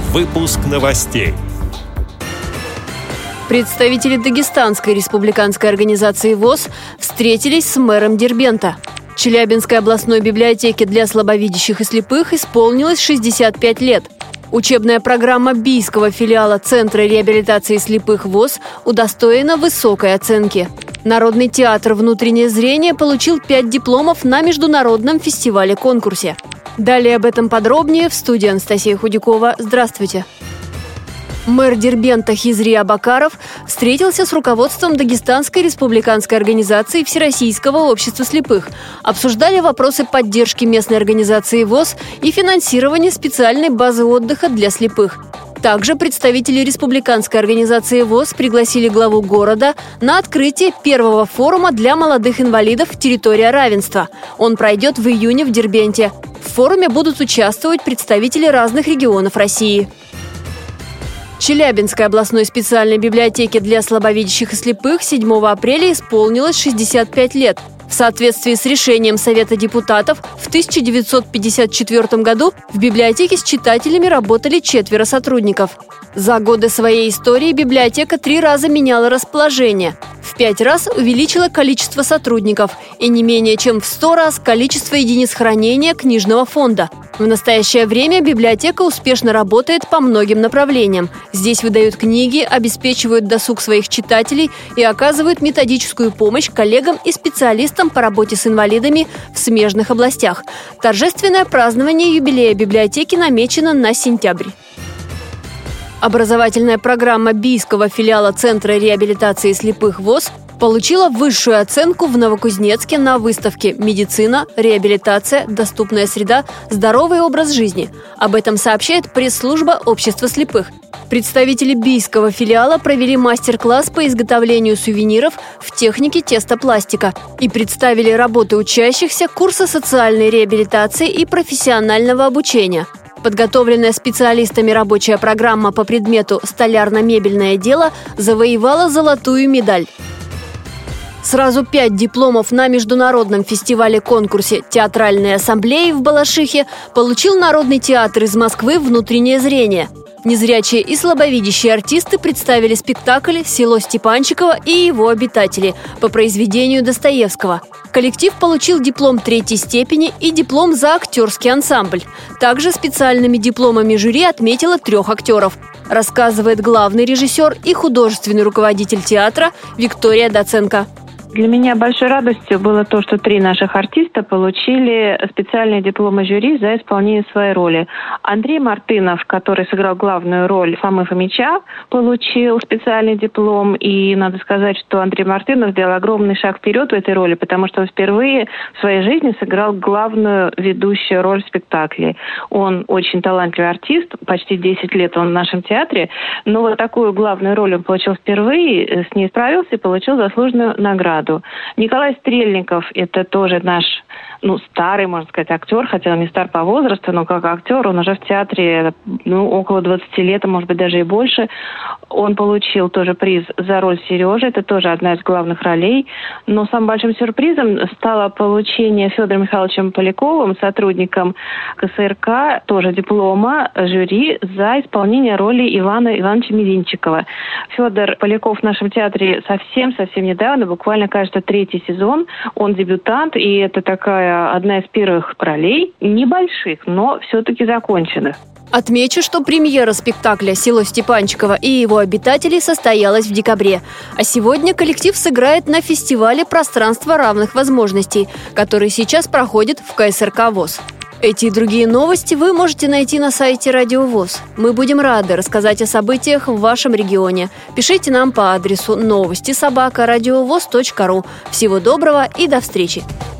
Выпуск новостей. Представители Дагестанской республиканской организации ВОС встретились с мэром Дербента. Челябинской областной библиотеке для слабовидящих и слепых исполнилось 65 лет. Учебная программа Бийского филиала Центра реабилитации слепых ВОС удостоена высокой оценки. Народный театр «Внутреннее зрение» получил 5 дипломов на международном фестивале-конкурсе. Далее об этом подробнее в студии Анастасия Худякова. Здравствуйте. Мэр Дербента Хизри Абакаров встретился с руководством Дагестанской республиканской организации Всероссийского общества слепых. Обсуждали вопросы поддержки местной организации ВОС и финансирования специальной базы отдыха для слепых. Также представители республиканской организации ВОС пригласили главу города на открытие первого форума для молодых инвалидов «Территория равенства». Он пройдет в июне в Дербенте. В форуме будут участвовать представители разных регионов России. Челябинской областной специальной библиотеке для слабовидящих и слепых 7 апреля исполнилось 65 лет. В соответствии с решением Совета депутатов в 1954 году в библиотеке с читателями работали 4 сотрудников. За годы своей истории библиотека 3 раза меняла расположение. В 5 раз увеличила количество сотрудников и не менее чем в 100 раз количество единиц хранения книжного фонда. В настоящее время библиотека успешно работает по многим направлениям. Здесь выдают книги, обеспечивают досуг своих читателей и оказывают методическую помощь коллегам и специалистам по работе с инвалидами в смежных областях. Торжественное празднование юбилея библиотеки намечено на сентябрь. Образовательная программа Бийского филиала Центра реабилитации слепых ВОС получила высшую оценку в Новокузнецке на выставке «Медицина, реабилитация, доступная среда, здоровый образ жизни». Об этом сообщает пресс-служба Общества слепых. Представители Бийского филиала провели мастер-класс по изготовлению сувениров в технике тестопластика и представили работы учащихся курса социальной реабилитации и профессионального обучения. Подготовленная специалистами рабочая программа по предмету «Столярно-мебельное дело» завоевала золотую медаль. Сразу 5 дипломов на международном фестивале-конкурсе «Театральные ассамблеи» в Балашихе получил Народный театр из Москвы «Внутреннее зрение». Незрячие и слабовидящие артисты представили спектакль «Село Степанчиково и его обитатели» по произведению Достоевского. Коллектив получил диплом 3-й степени и диплом за актерский ансамбль. Также специальными дипломами жюри отметило 3 актеров, рассказывает главный режиссер и художественный руководитель театра Виктория Доценко. Для меня большой радостью было то, что 3 наших артиста получили специальные дипломы жюри за исполнение своей роли. Андрей Мартынов, который сыграл главную роль Фомы Фомича, получил специальный диплом. И надо сказать, что Андрей Мартынов сделал огромный шаг вперед в этой роли, потому что он впервые в своей жизни сыграл главную ведущую роль в спектакле. Он очень талантливый артист, почти 10 лет он в нашем театре, но вот такую главную роль он получил впервые, с ней справился и получил заслуженную награду. Николай Стрельников – это тоже наш, старый, можно сказать, актер, хотя он не стар по возрасту, но как актер он уже в театре, около 20 лет, а может быть даже и больше. Он получил тоже приз за роль Сережи, это тоже одна из главных ролей. Но самым большим сюрпризом стало получение Федором Михайловичем Поляковым, сотрудником КСРК, тоже диплома жюри за исполнение роли Ивана Ивановича Мизинчикова. Федор Поляков в нашем театре совсем недавно, буквально, кажется, 3-й сезон. Он дебютант, и это такая одна из первых ролей, небольших, но все-таки законченных. Отмечу, что премьера спектакля «Село Степанчиково и его обитатели» состоялась в декабре. А сегодня коллектив сыграет на фестивале «Пространство равных возможностей», который сейчас проходит в КСРК ВОС. Эти и другие новости вы можете найти на сайте Радио ВОС. Мы будем рады рассказать о событиях в вашем регионе. Пишите нам по адресу новости@радиовос.ру. Всего доброго и до встречи!